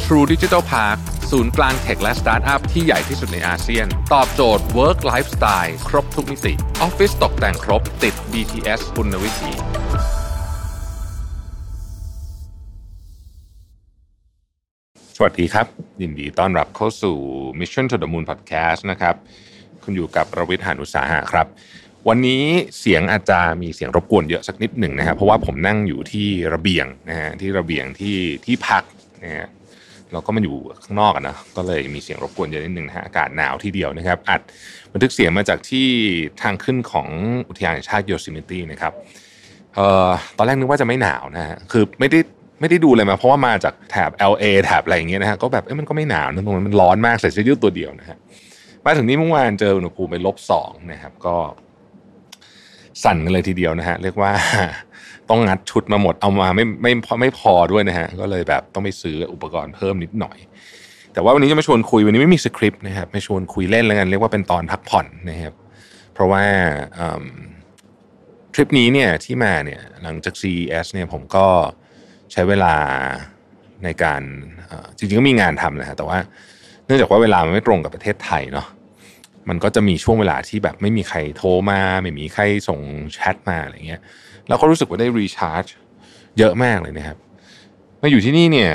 True Digital Park ศูนย์กลางเทคและสตาร์ทอัพที่ใหญ่ที่สุดในอาเซียนตอบโจทย์ Work Lifestyle ครบทุกมิติออฟฟิศตกแต่งครบติด BTS คุณวิถีสวัสดีครับยินดีต้อนรับเข้าสู่ Mission to the Moon Podcast นะครับคุณอยู่กับประวิทย์ หาญอุตสาหะครับวันนี้เสียงอาจจะมีเสียงรบกวนเยอะสักนิดหนึ่งนะครับเพราะว่าผมนั่งอยู่ที่ระเบียงนะฮะที่ระเบียงที่พักนะฮะเราก็มาอยู่ข้างนอกกันนะก็เลยมีเสียงรบกวนเยอะนิดนึงนะฮะอากาศหนาวทีเดียวนะครับอัดบันทึกเสียงมาจากที่ทางขึ้นของอุทยานแห่งชาติโยซิมิตี้นะครับตอนแรกนึกว่าจะไม่หนาวนะฮะคือไม่ได้ดูเลยมาเพราะว่ามาจากแถบ LA แถบอะไรอย่างเงี้ยนะฮะก็แบบมันก็ไม่หนาวนะตรงนั้นมันร้อนมากใส่เสื้อยืดตัวเดียวนะฮะมาถึงนี่เมื่อวานเจออุณหภูมิเป็น-2นะครับก็สั่นกันเลยทีเดียวนะฮะเรียกว่าต้องงัดชุดมาหมดเอามาไม่พอด้วยนะฮะก็เลยแบบต้องไปซื้ออุปกรณ์เพิ่มนิดหน่อยแต่ว่าวันนี้จะมาชวนคุยวันนี้ไม่มีสคริปต์นะครับมาชวนคุยเล่นแล้วกันเรียกว่าเป็นตอนพักผ่อนนะครับเพราะว่าทริปนี้เนี่ยที่มาเนี่ยหลังจาก CES เนี่ยผมก็ใช้เวลาในการจริงๆก็มีงานทำนะฮะแต่ว่าเนื่องจากว่าเวลามันไม่ตรงกับประเทศไทยเนาะมันก็จะมีช่วงเวลาที่แบบไม่มีใครโทรมาไม่มีใครส่งแชทมาอะไรเงี้ยแล้วก็รู้สึกว่าได้รีชาร์จเยอะมากเลยนะครับมาอยู่ที่นี่เนี่ย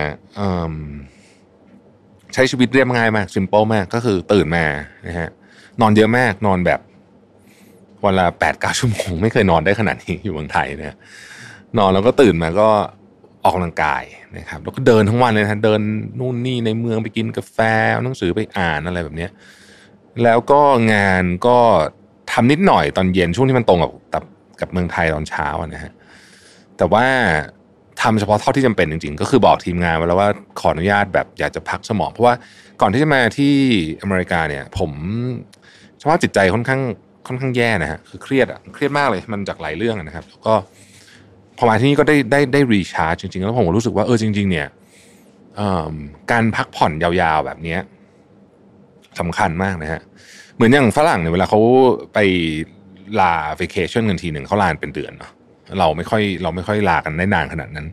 ใช้ชีวิตเรียบง่ายมากซิมเปิลมากก็คือตื่นมานะฮะนอนเยอะมากนอนแบบวันละ 8-9 ชั่วโมงไม่เคยนอนได้ขนาดนี้อยู่เมืองไทยนะนอนแล้วก็ตื่นมาก็ออกกำลังกายนะครับแล้วก็เดินทั้งวันเลยนะเดินนู่นนี่ในเมืองไปกินกาแฟหนังสือไปอ่านอะไรแบบนี้แล้วก็งานก็ทำนิดหน่อยตอนเย็นช่วงที่มันตรงกับเมืองไทยตอนเช้านะฮะแต่ว่าทำเฉพาะเท่าที่จำเป็นจริงๆก็คือบอกทีมงานไว้แล้วว่าขออนุญาตแบบอยากจะพักสมองเพราะว่าก่อนที่จะมาที่อเมริกาเนี่ยผมสภาพจิตใจค่อนข้างแย่นะฮะคือเครียดมากเลยมันจากหลายเรื่องนะครับแล้วก็พอมาที่นี่ก็ได้รีชาร์จจริงๆแล้วผมก็รู้สึกว่าจริงๆเนี่ยการพักผ่อนยาวๆแบบนี้สำคัญมากนะฮะเหมือนอย่างฝรั่งเนี่ยเวลาเขาไปลาเวเคชั่นกันทีหนึ่งเขาลาเป็นเดือนเนาะเราไม่ค่อยลากันได้นานขนาดนั้น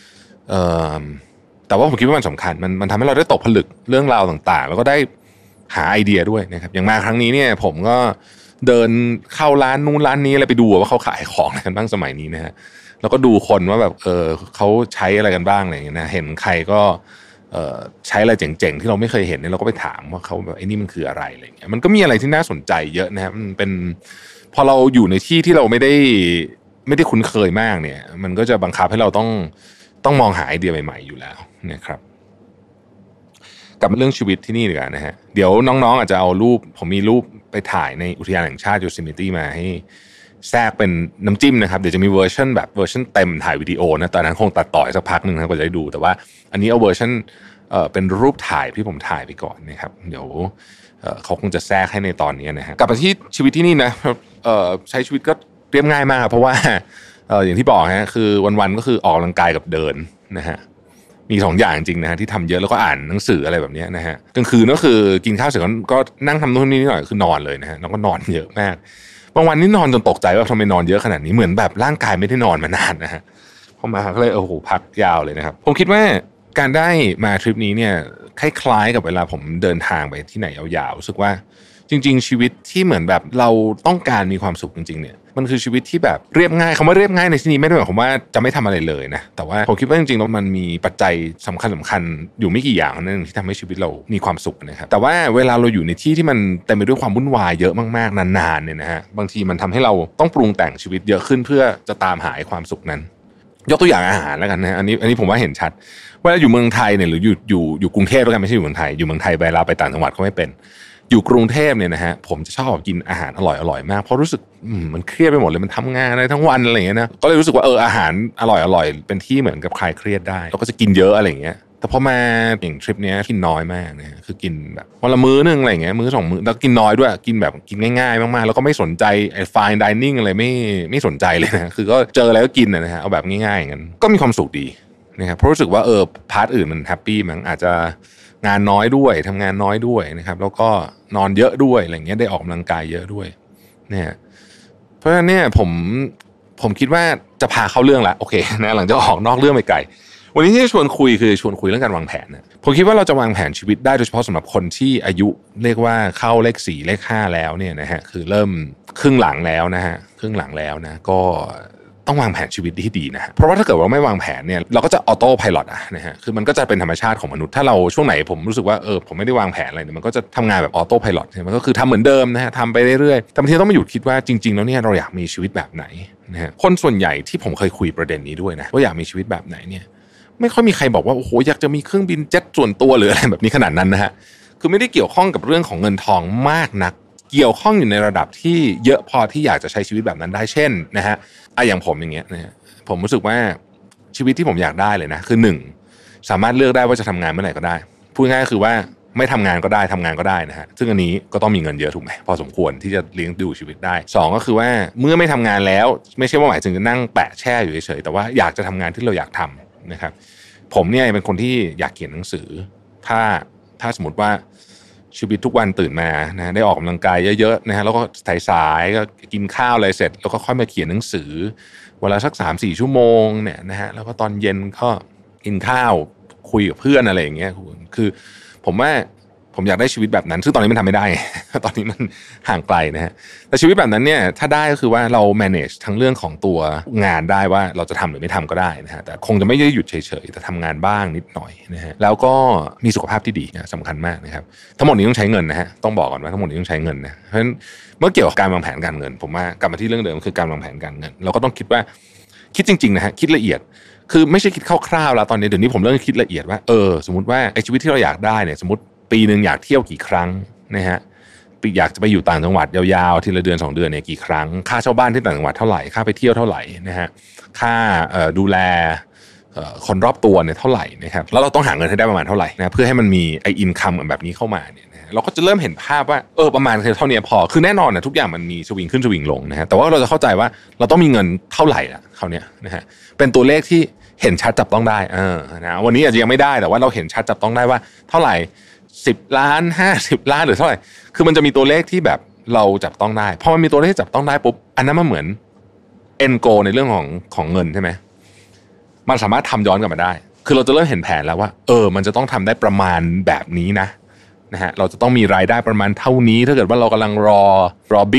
แต่ว่าผมคิดว่ามันสำคัญมันทำให้เราได้ตกผลึกเรื่องราวต่างๆแล้วก็ได้หาไอเดียด้วยนะครับอย่างมาครั้งนี้เนี่ยผมก็เดินเข้าร้านนู้นร้านนี้อะไรไปดูว่าเขาขายของอะไรกันบ้างสมัยนี้นะฮะแล้วก็ดูคนว่าแบบเขาใช้อะไรกันบ้างอะไรอย่างเงี้ยนะเห็นใครก็ใช้อะไรเจ๋งๆที่เราไม่เคยเห็นเนี่ยเราก็ไปถามว่าเขาแบบไอ้นี่มันคืออะไรอะไรเงี้ยมันก็มีอะไรที่น่าสนใจเยอะนะครับมันเป็นพอเราอยู่ในที่ที่เราไม่ได้คุ้นเคยมากเนี่ยมันก็จะบังคับให้เราต้องมองหาไอเดียใหม่ๆอยู่แล้วนะครับกับเรื่องชีวิตที่นี่ดีกว่านะฮะเดี๋ยวน้องๆอาจจะเอารูปผมมีรูปไปถ่ายในอุทยานแห่งชาติโยซิมิตี้มาให้แทรกเป็นน้ำจิ้มนะครับเดี๋ยวจะมีเวอร์ชันเต็มถ่ายวิดีโอนะตอนนั้นคงตัดต่อสักพักนึงนะกว่าจะได้ดูแต่ว่าอันนี้เอาเวอร์ชันเป็นรูปถ่ายที่ผมถ่ายไปก่อนนะครับเดี๋ยวเขาคงจะแทรกให้ในตอนนี้นะฮะกลับมาที่ชีวิตที่นี่นะใช้ชีวิตก็เรียบง่ายมากเพราะว่าอย่างที่บอกฮะคือวันๆก็คือออกกำลังกายกับเดินนะฮะมี2อย่างจริงนะฮะที่ทำเยอะแล้วก็อ่านหนังสืออะไรแบบนี้นะฮะกลางคืนก็คือกินข้าวเสร็จก็นั่งทำนู่นนี่หน่อยคือนอนเลยนะฮะแล้วก็นอนเยอะมากบางวันนี่นอนจนตกใจว่าทำไมนอนเยอะขนาดนี้เหมือนแบบร่างกายไม่ได้นอนมานานนะฮะพอมาก็เลยพักยาวเลยนะครับผมคิดว่าการได้มาทริปนี้เนี่ยคล้ายๆกับเวลาผมเดินทางไปที่ไหนยาวๆรู้สึกว่าจริงๆชีวิตที่เหมือนแบบเราต้องการมีความสุขจริงๆเนี่ยมันคือชีวิตที่แบบเรียบง่ายคำว่าเรียบง่ายในที่นี้ไม่ได้หมายความว่าจะไม่ทำอะไรเลยนะแต่ว่าผมคิดว่าจริงๆแล้วมันมีปัจจัยสำคัญอยู่ไม่กี่อย่างนั่นที่ทำให้ชีวิตเรามีความสุขนะครับแต่ว่าเวลาเราอยู่ในที่ที่มันเต็มไปด้วยความวุ่นวายเยอะมากๆนานๆเนี่ยนะฮะบางทีมันทำให้เราต้องปรุงแต่งชีวิตเยอะขึ้นเพื่อจะตามหาความสุขนั้นยกตัวอย่างอาหารแล้วกันนะอันนี้ผมว่าเห็นชัดว่าอยู่เมืองไทยเนี่ยหรืออยู่กรุงเทพแล้วกันไม่ใช่อยู่เมืองไทยอยู่เมืองไทยเวลาไปต่างจังหวัดก็ไม่เป็นอยู่กรุงเทพเนี่ยนะฮะผมจะชอบกินอาหารอร่อยมากเพราะรู้สึกมันเครียดไปหมดเลยมันทำงานอะไรทั้งวันอะไรอย่างเงี้ยนะก็เลยรู้สึกว่าอาหารอร่อยเป็นที่เหมือนกับคลายเครียดได้แล้วก็จะกินเยอะอะไรอย่างเงี้ยแต่พอมาอย่างทริปนี้กินน้อยมากนะคือกินแบบวันละมื้อนึงอะไรอย่างเงี้ยมื้อ2มื้อแล้วกินน้อยด้วยกินแบบกินง่ายๆมากๆแล้วก็ไม่สนใจไอ้ fine dining อะไรไม่สนใจเลยนะคือก็เจออะไรก็กินนะฮะเอาแบบง่ายๆอย่างนั้นก็มีความสุขดีนะครับเพราะรู้สึกว่าพาร์ทอื่นมันแฮปปี้มั้งอาจจะงานน้อยด้วยทำงานน้อยด้วยนะครับแล้วก็นอนเยอะด้วยอะไรเงี้ยได้ออกกำลังกายเยอะด้วยเนี่ยเพราะฉะนั้นเนี่ยผมคิดว่าจะพาเข้าเรื่องละโอเคนะหลังจากออกนอกเรื่องไปไกลวันนี้ที่จะชวนคุยคือชวนคุยเรื่องการวางแผนนะผมคิดว่าเราจะวางแผนชีวิตได้โดยเฉพาะสำหรับคนที่อายุเรียกว่าเข้าเลข4เลข5แล้วเนี่ยนะฮะคือเริ่มครึ่งหลังแล้วนะฮะครึ่งหลังแล้วนะก็ต้องวางแผนชีวิตที่ดีนะฮะเพราะว่าถ้าเกิดว่าไม่วางแผนเนี่ยเราก็จะออโต้ไพลอตนะฮะคือมันก็จะเป็นธรรมชาติของมนุษย์ถ้าเราช่วงไหนผมรู้สึกว่าผมไม่ได้วางแผนอะไรเนี่ยมันก็จะทำงานแบบออโต้ไพลอตมันก็คือทำเหมือนเดิมนะฮะทำไปเรื่อยๆแต่บางทีต้องมาหยุดคิดว่าจริงๆแล้วเนี่ยเราอยากมีชีวิตแบบไหนนะฮะคนส่วนใหญ่ที่ผมเคยคุยประเด็นนี้ด้วยนะว่าอยากมีชีวิตแบบไหนเนี่ยไม่ค่อยมีใครบอกว่าโอ้โหอยากจะมีเครื่องบินเจ็ตส่วนตัวหรืออะไรแบบนี้ขนาดนั้นนะฮะคือไม่ได้เกี่ยวข้องกับเรื่องของเงินทองมากนักเกี่ยวข้องอยู่ในระดับที่เยอะพอที่อยากจะใช้ชีวิตแบบนั้นได้เช่นนะฮะอย่างผมอย่างเงี้ยนะฮะผมรู้สึกว่าชีวิตที่ผมอยากได้เลยนะคือ1สามารถเลือกได้ว่าจะทำงานเมื่อไหร่ก็ได้พูดง่ายๆคือว่าไม่ทำงานก็ได้ทำงานก็ได้นะฮะซึ่งอันนี้ก็ต้องมีเงินเยอะถูกไหมพอสมควรที่จะเลี้ยงดูชีวิตได้2ก็คือว่าเมื่อไม่ทำงานแล้วไม่ใช่ว่าหมายถึงจะนั่งแปะแช่อยู่เฉยๆแต่ว่าอยากจะทำงานที่เราอยากทำนะครับผมเนี่ยเป็นคนที่อยากเขียนหนังสือถ้าสมมติว่าชีวิตทุกวันตื่นมานะได้ออกกำลังกายเยอะๆนะฮะแล้วก็สายๆก็กินข้าวอะไรเสร็จแล้วก็ค่อยมาเขียนหนังสือเวลาสัก 3-4 ชั่วโมงเนี่ยนะฮะแล้วก็ตอนเย็นก็กินข้าวคุยกับเพื่อนอะไรอย่างเงี้ยคือผมว่าผมอยากได้ชีวิตแบบนั้นซึ่งตอนนี้มันทำไม่ได้ ตอนนี้มันห่างไกลนะฮะแต่ชีวิตแบบนั้นเนี่ยถ้าได้ก็คือว่าเรา manage ทั้งเรื่องของตัวงานได้ว่าเราจะทำหรือไม่ทำก็ได้นะฮะแต่คงจะไม่ได้หยุดเฉยๆแต่ทำงานบ้างนิดหน่อยนะฮะแล้วก็มีสุขภาพที่ดีนะสำคัญมากนะครับทั้งหมดนี้ต้องใช้เงินนะฮะต้องบอกก่อนว่าทั้งหมดนี้ต้องใช้เงินนะเพราะฉะนั้นเมื่อเกี่ยวกับการวางแผนการเงินผมว่ากลับมาที่เรื่องเดิมคือการวางแผนการเงินเราก็ต้องคิดว่าคิดจริงๆนะฮะคิดละเอียดคือไม่ใช่คิดคร่าวๆแล้วตอนนี้เดี๋ยวนี้ผมเริ่มคิดละเอียดว่าสมมติว่าไอ้ชีวิตที่เราอยากได้เนี่ยสมมติปีนึงอยากเที่ยวกี่ครั้งนะฮะอยากจะไปอยู่ต่างจังหวัดยาวๆทีละเดือน2เดือนเนี่ยกี่ครั้งค่าเช่าบ้านที่ต่างจังหวัดเท่าไหร่ค่าไปเที่ยวเท่าไหร่นะฮะค่าดูแลคนรอบตัวเนี่ยเท่าไหร่นะครับแล้วเราต้องหาเงินให้ได้ประมาณเท่าไหร่นะเพื่อให้มันมีไอ้อินคัมแบบนี้เข้ามาเนี่ยนะเราก็จะเริ่มเห็นภาพว่าประมาณเท่านี้พอคือแน่นอนนะทุกอย่างมันมีสวิงขึ้นสวิงลงนะฮะแต่ว่าเราจะเข้าใจว่าเราต้องมีเงินเท่าไหร่ละคราวนี้นะฮะเป็นตัวเลขที่เห็นชัดจับต้องได้นะวันนี้อาจจะยังไม่ได้แต่ว่าเราเห็นชัดจับต้องได้ว่าเท่าไหร่10 ล้าน50 ล้านหรือเท่าไหร่คือมันจะมีตัวเลขที่แบบเราจับต้องได้พอมันมีตัวเลขที่จับต้องได้ปุ๊บอันนั้นมันเหมือน end goal ในเรื่องของเงินใช่ไหมมันสามารถทำย้อนกลับมาได้คือเราจะเริ่มเห็นแผนแล้วว่ามันจะต้องทำได้ประมาณแบบนี้นะฮะเราจะต้องมีรายได้ประมาณเท่านี้ถ้าเกิดว่าเรากำลังรอ big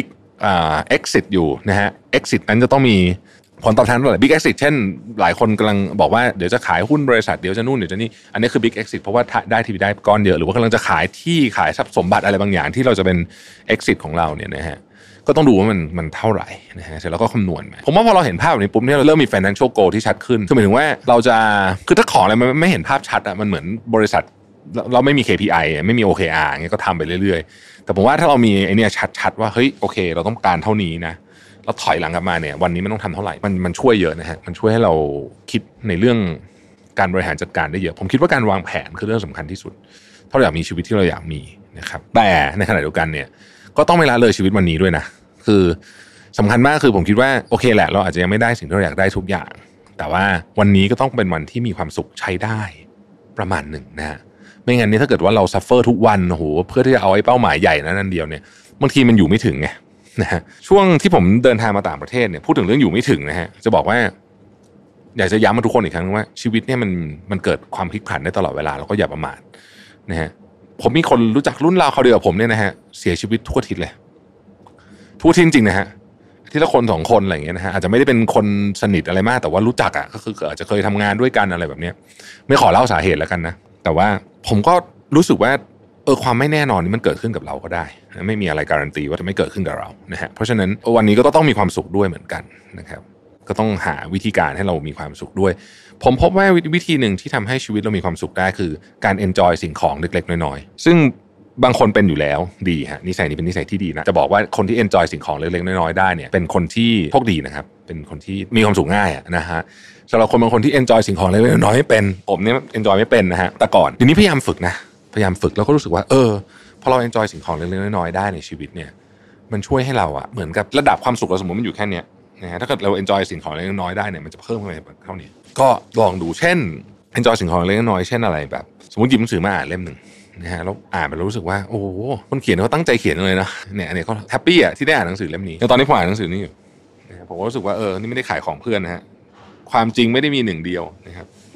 exit อยู่นะฮะ exit นั้นจะต้องมีผลตอบแทนเท่าไหร่ big exit เช่นหลายคนกำลังบอกว่าเดี๋ยวจะขายหุ้นบริษัทเดี๋ยวจะนู่นเดี๋ยวจะนี่อันนี้คือ big exit เพราะว่าได้ทีวีได้ก้อนเยอะหรือว่ากำลังจะขายที่ขายทรัพย์สมบัติอะไรบางอย่างที่เราจะเป็น exit ของเราเนี่ยนะฮะก็ต้องดูว่ามันเท่าไหร่นะฮะเสร็จแล้วก็คำนวณมาผมว่าพอเราเห็นภาพแบบนี้ปุ๊บเนี่ยเราเริ่มมี financial goal ที่ชัดขึ้นคือหมายถึงว่าเราจะคือถ้าของอะไรมันไม่เห็นภาพชัดมันเหมือนบริษัทเราไม่มี KPI ไม่มี OKR เงี้ยก็ทำไปเรื่อยๆแต่ผมว่าถ้าเรามีไอ้นี่ชัดว่าเฮ้ยโอเคเราต้องการเท่านี้นะแล้วถอยหลังกลับมาเนี่ยวันนี้มันต้องทำเท่าไหร่มันช่วยเยอะนะฮะมันช่วยให้เราคิดในเรื่องการบริหารจัดการได้เยอะผมคิดว่าการวางแผนคือเรื่องสำคัญที่สุดถ้าเราอยากมีชีวิตที่เราอยากมีนะครับแต่ในขณะเดียวกันเนี่ยก็ต้องไม่ละเลยชีวิตวันนี้ด้วยนะคือสำคัญมากคือผมคิดว่าโอเคแหละเราอาจจะยังไม่ได้สิ่งที่เราอยากได้ทุกอย่างแต่ว่าวันนี้ก็ต้องเป็นวันที่มีความสุขใช้ได้ประมาณหนึ่งนะฮะไม่งั้นนี่ถ้าเกิดว่าเราซัฟเฟอร์ทุกวันโอ้โหเพื่อที่จะเอาไอ้เป้าหมายใหญ่นั้นเดียวเนี่ยบางทีมันอยู่ไม่ถึงไงนะฮะช่วงที่ผมเดินทางมาต่างประเทศเนี่ยพูดถึงเรื่องอยู่ไม่ถึงนะฮะจะบอกว่าอยากจะย้ำมาทุกคนอีกครั้งว่าชีวิตเนี่ยมันเกิดความพลิกผันได้ตลอดเวลาแล้วก็อย่าประมาทนะฮะผมมีคนรู้จักรุ่นราวเขาเดียวกับผมเนี่ยนะฮะเสียชีวิตทุกอาทิตย์เลยทุกอาทิตย์จริงๆนะฮะที่ละคน2 คนอะไรอย่างเงี้ยนะฮะอาจจะไม่ได้เป็นคนสนิทอะไรมากแต่ว่ารู้จักก็คืออาจจะเคยทำงานด้วยกันอะไรแบบนี้ไม่ขอเล่าสาเหตุแล้วกันนะแต่ว่าผมก็รู้สึกว่าความไม่แน่นอนนี้มันเกิดขึ้นกับเราก็ได้ไม่มีอะไรการันตีว่าจะไม่เกิดขึ้นกับเรานะฮะเพราะฉะนั้นวันนี้ก็ต้องมีความสุขด้วยเหมือนกันนะครับก็ต้องหาวิธีการให้เรามีความสุขด้วยผมพบว่าวิธีหนึ่งที่ทำให้ชีวิตเรามีความสุขได้คือการ enjoy สิ่งของเล็กๆน้อยๆซึ่งบางคนเป็นอยู่แล้วดีฮะนิสัยนี้เป็นนิสัยที่ดีนะจะบอกว่าคนที่ enjoy สิ่งของเล็กๆน้อยๆได้เนี่ยเป็นคนที่โชคดีนะครับเป็นคนที่มีความสุขง่ายนะฮะสำหรับคนบางคนที่ enjoy สิ่งของเล็กๆน้อยๆไม่เป็นผมเนี่ย enjoy ไม่เป็นนะฮะแต่ก่อนทีนี้พยายามฝึกแล้วก็รู้สึกว่าพอเรา enjoy สิ่งของเล็กๆน้อยๆได้ในชีวิตเนี่ยมันช่วยให้เราเหมือนกับระดับความสุขเราสมมติมันอยู่แค่เนี้ยนะฮะถ้าเกิดเรา enjoy สิ่งของเล็กๆน้อยๆได้เนี่ยมันจะเพิ่มขึ้นไปเท่านี้ก็ลองดูเช่น enjoy สิ่งของเล็กๆน้อยๆเช่นอะไรแบบสมมติหยิบหนังสือมาอ่านเล่มนึงนะฮะแล้วอ่านไปแล้วรู้สึกว่าโอ้โหคนเขียนเขาตั้งใจเขียนเลยนะเนี่ยเขาแฮปปี้ที่ได้อ่านหนังสือเล่มนี้ตอนนี้ผมอ่านหนังสือนี้อยู่นะผมก็รู้สึกว่านี่ไม่ได้ขายของเพื่อนนะฮะความจริงไม่ได้มีหนึ่งเดียวนะครับ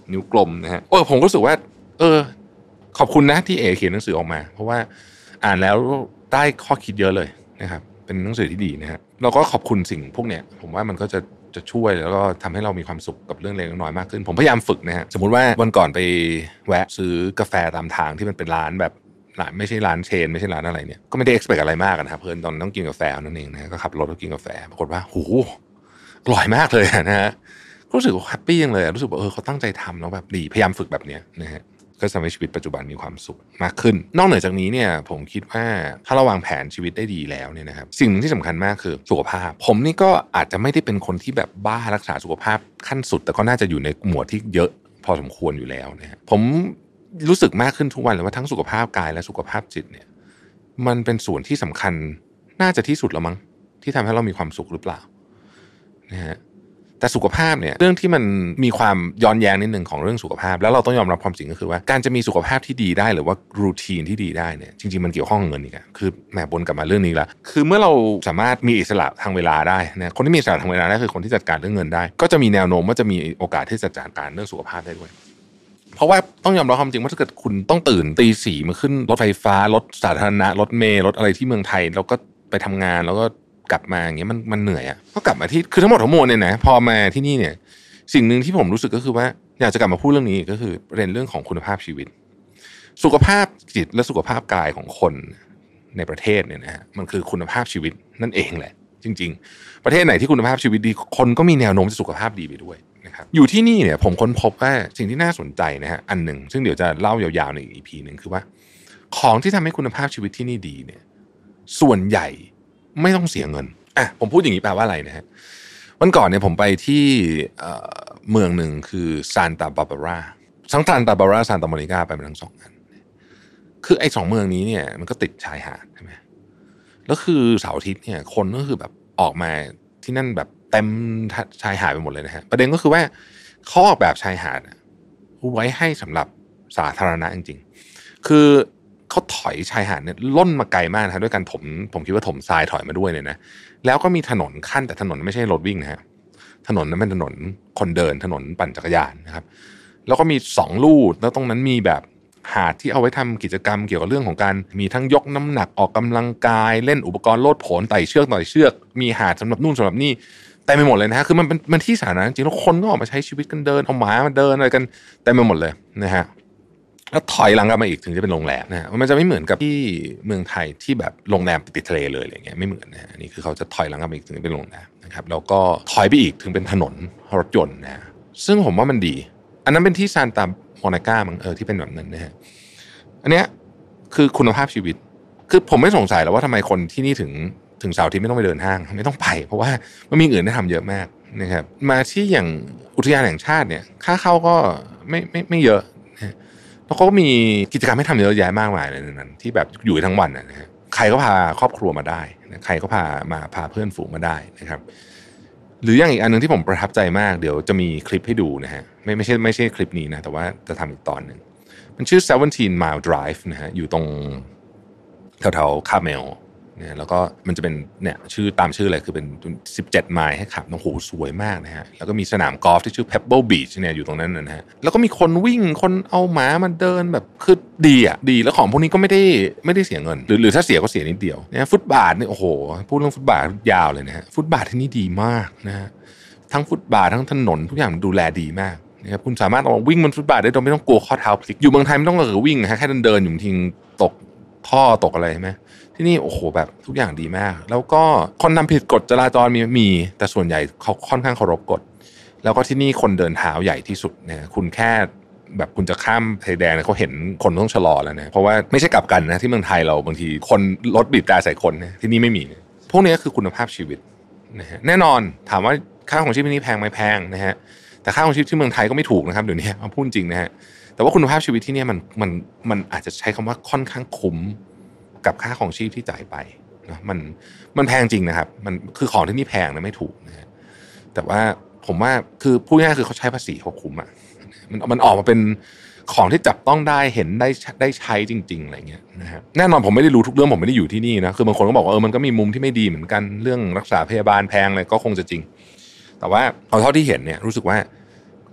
นิ้วกลมนะฮะผมรู้สึกว่าขอบคุณนะที่เขียนหนังสือออกมาเพราะว่าอ่านแล้วได้ข้อคิดเยอะเลยนะครับเป็นหนังสือที่ดีนะฮะเราก็ขอบคุณสิ่งพวกเนี้ยผมว่ามันก็จะช่วยแล้วก็ทำให้เรามีความสุขกับเรื่องเล็กน้อยมากขึ้นผมพยายามฝึกนะฮะสมมุติว่าวันก่อนไปแวะซื้อกาแฟตามทางที่มันเป็นร้านแบบร้านไม่ใช่ร้านเชนไม่ใช่ร้านอะไรเนี่ยก็ไม่ได้ expect อะไรมากนะครับเพื่อนตอนต้องกินกาแฟนั่นเองนะก็ขับรถแล้วกินกาแฟปรากฏว่าโหอร่อยมากเลยนะฮะรู้สึกว่าแฮปปี้จังเลยรู้สึกว่าเขาตั้งใจทำแล้วแบบดีพยายามฝึกแบบเนี้ยนะฮะก็ทำให้ชีวิตปัจจุบันมีความสุขมากขึ้นนอกเหนือจากนี้เนี่ยผมคิดว่าถ้าเราวางแผนชีวิตได้ดีแล้วเนี่ยนะครับสิ่งที่สำคัญมากคือสุขภาพผมนี่ก็อาจจะไม่ได้เป็นคนที่แบบบ้ารักษาสุขภาพขั้นสุดแต่ก็น่าจะอยู่ในหมวดที่เยอะพอสมควรอยู่แล้วนะฮะผมรู้สึกมากขึ้นทุกวันเลยว่าทั้งสุขภาพกายและสุขภาพจิตเนี่ยมันเป็นส่วนที่สำคัญน่าจะที่สุดแล้วมั้งที่ทำให้เรามีความสุขหรือเปล่านะฮะแต่สุขภาพเนี่ยเรื่องที่มันมีความย้อนแย้งนิดนึงของเรื่องสุขภาพแล้วเราต้องยอมรับความจริงก็คือว่าการจะมีสุขภาพที่ดีได้หรือว่ารูทีนที่ดีได้เนี่ยจริงๆมันเกี่ยวข้องกับเงินอีกอะคือแหมบนกลับมาเรื่องนี้ละคือเมื่อเราสามารถมีอิสระทางเวลาได้นะคนที่มีอิสระทางเวลาได้คือคนที่จัดการเรื่องเงินได้ก็จะมีแนวโน้มว่าจะมีโอกาสที่จะจัดการเรื่องสุขภาพได้ด้วยเพราะว่าต้องยอมรับความจริงว่าถ้าเกิดคุณต้องตื่นตีสี่มาขึ้นรถไฟฟ้ารถสาธารณะรถเมล์รถอะไรที่เมืองไทยแล้วก็ไปทำงานแล้วก็กลับมาอย่างเงี้ยมันเหนื่อยอะก็กลับมาที่คือทั้งหมดทั้งมวลเนี่ยนะพอมาที่นี่เนี่ยสิ่งหนึ่งที่ผมรู้สึกก็คือว่าอยากจะกลับมาพูดเรื่องนี้ก็คือประเด็นเรื่องของคุณภาพชีวิตสุขภาพจิตและสุขภาพกายของคนในประเทศเนี่ยนะฮะมันคือคุณภาพชีวิตนั่นเองแหละจริงๆประเทศไหนที่คุณภาพชีวิตดีคนก็มีแนวโน้มจะสุขภาพดีไปด้วยนะครับอยู่ที่นี่เนี่ยผมค้นพบว่าสิ่งที่น่าสนใจนะฮะอันหนึ่งซึ่งเดี๋ยวจะเล่ายาวๆใน EP นึงคือว่าของที่ทำให้คุณภาพชีวิตที่นี่ดีเนี่ยส่วนใหญ่ไม่ต้องเสียเงินผมพูดอย่างนี้แปลว่าอะไรนะฮะวันก่อนเนี่ยผมไปที่เมืองหนึ่งคือซานตาบาบาราทั้งซานตาบาบาราซานตาโมนิกาไปทั้งสองอันคือไอ้สองเมืองนี้เนี่ยมันก็ติดชายหาดใช่ไหมแล้วคือเสาร์อาทิตย์เนี่ยคนก็คือแบบออกมาที่นั่นแบบเต็มชายหาดไปหมดเลยนะฮะประเด็นก็คือว่าเขาออกแบบชายหาดไว้ให้สำหรับสาธารณะจริงๆคือเขาถอยชายหาดเนี่ยล่นมาไกลมากนะด้วยการผมคิดว่าถมทรายถอยมาด้วยเนี่ยนะแล้วก็มีถนนขั้นแต่ถนนไม่ใช่รถวิ่งนะฮะถนนนั้นเป็นถนนคนเดินถนนปั่นจักรยานนะครับแล้วก็มี2ลู่แล้วตรงนั้นมีแบบหาดที่เอาไว้ทำกิจกรรมเกี่ยวกับเรื่องของการมีทั้งยกน้ำหนักออกกำลังกายเล่นอุปกรณ์โลดโผนไต่เชือกมีหาดสำหรับนู่นสำหรับนี่เต็มไปหมดเลยนะฮะคือมันที่สาธารณะจริงๆแล้วคนก็ออกมาใช้ชีวิตกันเดินเอาหมามาเดินอะไรกันเต็มไปหมดเลยนะฮะแล้วถอยหลังกลับมาอีกถึงจะเป็นโรงแรมนะฮะมันจะไม่เหมือนกับที่เมืองไทยที่แบบโรงแรมติดทะเลเลยอะไรเงี้ยไม่เหมือนนะฮะนี่คือเขาจะถอยหลังกลับมาอีกถึงจะเป็นโรงแรมนะครับแล้วก็ถอยไปอีกถึงเป็นถนนรถยนต์นะซึ่งผมว่ามันดีอันนั้นเป็นที่ซานตาโมนิกามั้งที่เป็นแบบนั้นนะฮะอันเนี้ยคือคุณภาพชีวิตคือผมไม่สงสัยแล้วว่าทำไมคนที่นี่ถึงเสาร์อาทิตย์ไม่ต้องไปเดินห้างไม่ต้องไปเพราะว่ามันมีอื่นให้ทำเยอะมากนะครับมาที่อย่างอุทยานแห่งชาติเนี่ยค่าเข้าก็ไม่เยอะแล้วก็มีกิจกรรมให้ทำเยอะแยะมากมายเลยนั้นที่แบบอยู่ทั้งวันนะฮะใครก็พาครอบครัวมาได้ใครก็พาเพื่อนฝูงมาได้นะครับหรืออย่างอีกอันนึงที่ผมประทับใจมากเดี๋ยวจะมีคลิปให้ดูนะฮะไม่ใช่คลิปนี้นะแต่ว่าจะทำอีกตอนหนึ่งมันชื่อ17 Mile Drive นะฮะอยู่ตรงแถวคาเมลเนี่ยแล้วก็มันจะเป็นเนี่ยชื่อตามชื่อเลยคือเป็น17ไมล์ให้ขับโอ้โหสวยมากนะฮะแล้วก็มีสนามกอล์ฟที่ชื่อ Pebble Beach เนี่ยอยู่ตรงนั้นนะฮะแล้วก็มีคนวิ่งคนเอาหมามาเดินแบบคือดีแล้วของพวกนี้ก็ไม่ได้เสียเงินหรือถ้าเสียก็เสียนิดเดียวนะฟุตบาทเนี่ยโอ้โหพูดเรื่องฟุตบาทยาวเลยนะฮะฟุตบาทที่นี่ดีมากนะฮะทั้งฟุตบาททั้งถนนทุกอย่างดูแลดีมากนะครับคุณสามารถออกวิ่งบนฟุตบาทได้โดยไม่ต้องกลัวข้อเท้าพลิกอยู่เมืองไทยไม่ต้องวิ่งนะฮะแค่เดินอยู่ทิ้งตกท่อตกอะไรใช่ไหมที่นี่โอ้โหแบบทุกอย่างดีมากแล้วก็คนทำผิดกฎจราจรมีแต่ส่วนใหญ่เขาค่อนข้างเคารพกฎแล้วก็ที่นี่คนเดินเท้าใหญ่ที่สุดเนี่ยคุณแค่แบบคุณจะข้ามไฟแดงเขาเห็นคนต้องชะลอแล้วนะเพราะว่าไม่ใช่กลับกันนะที่เมืองไทยเราบางทีคนรถบีบแต่ใส่คนนะที่นี่ไม่มีพวกนี้คือคุณภาพชีวิตนะฮะแน่นอนถามว่าค่าของชีพที่นี่แพงไหมแพงนะฮะแต่ค่าของชีพที่เมืองไทยก็ไม่ถูกนะครับเดี๋ยวนี้เอาพูดจริงนะฮะแต่ว่าคุณภาพชีวิตที่นี่มันอาจจะใช้คำว่าค่อนข้างคุ้มกับค่าของชีพที่จ่ายไปนะมันแพงจริงนะครับมันคือของที่นี่แพงนะไม่ถูกนะฮะแต่ว่าผมว่าคือพูดง่ายๆคือเขาใช้ภาษีเขาคุ้มอ่ะมันออกมาเป็นของที่จับต้องได้เห็นได้ใช้จริงๆอะไรเงี้ยนะฮะแน่นอนผมไม่ได้รู้ทุกเรื่องผมไม่ได้อยู่ที่นี่นะคือบางคนก็บอกว่ามันก็มีมุมที่ไม่ดีเหมือนกันเรื่องรักษาพยาบาลแพงอะไรก็คงจะจริงแต่ว่าเอาเท่าที่เห็นเนี่ยรู้สึกว่า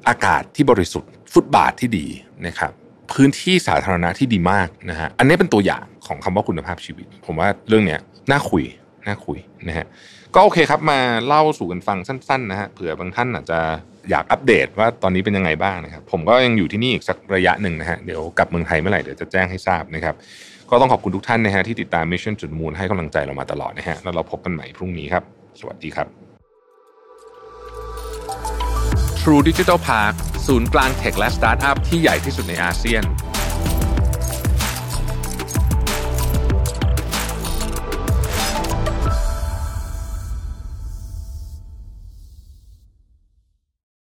อากาศที่บริสุทธิ์ฟุตบาทที่ดีนะครับพื้นที่สาธารณะที่ดีมากนะฮะอันนี้เป็นตัวอย่างของคำว่าคุณภาพชีวิตผมว่าเรื่องเนี้ยน่าคุยนะฮะก็โอเคครับมาเล่าสู่กันฟังสั้นๆนะฮะเผื่อบางท่านอาจจะอยากอัปเดตว่าตอนนี้เป็นยังไงบ้างนะครับผมก็ยังอยู่ที่นี่อีกสักระยะหนึ่งนะฮะเดี๋ยวกลับเมืองไทยเมื่อไหร่เดี๋ยวจะแจ้งให้ทราบนะครับก็ต้องขอบคุณทุกท่านนะฮะที่ติดตาม Mission to the Moon ให้กำลังใจเรามาตลอดนะฮะแล้วเราพบกันใหม่พรุ่งนี้ครับสวัสดีครับ True Digital Park ศูนย์กลางเทคและสตาร์ทอัพที่ใหญ่ที่สุดในอาเซียน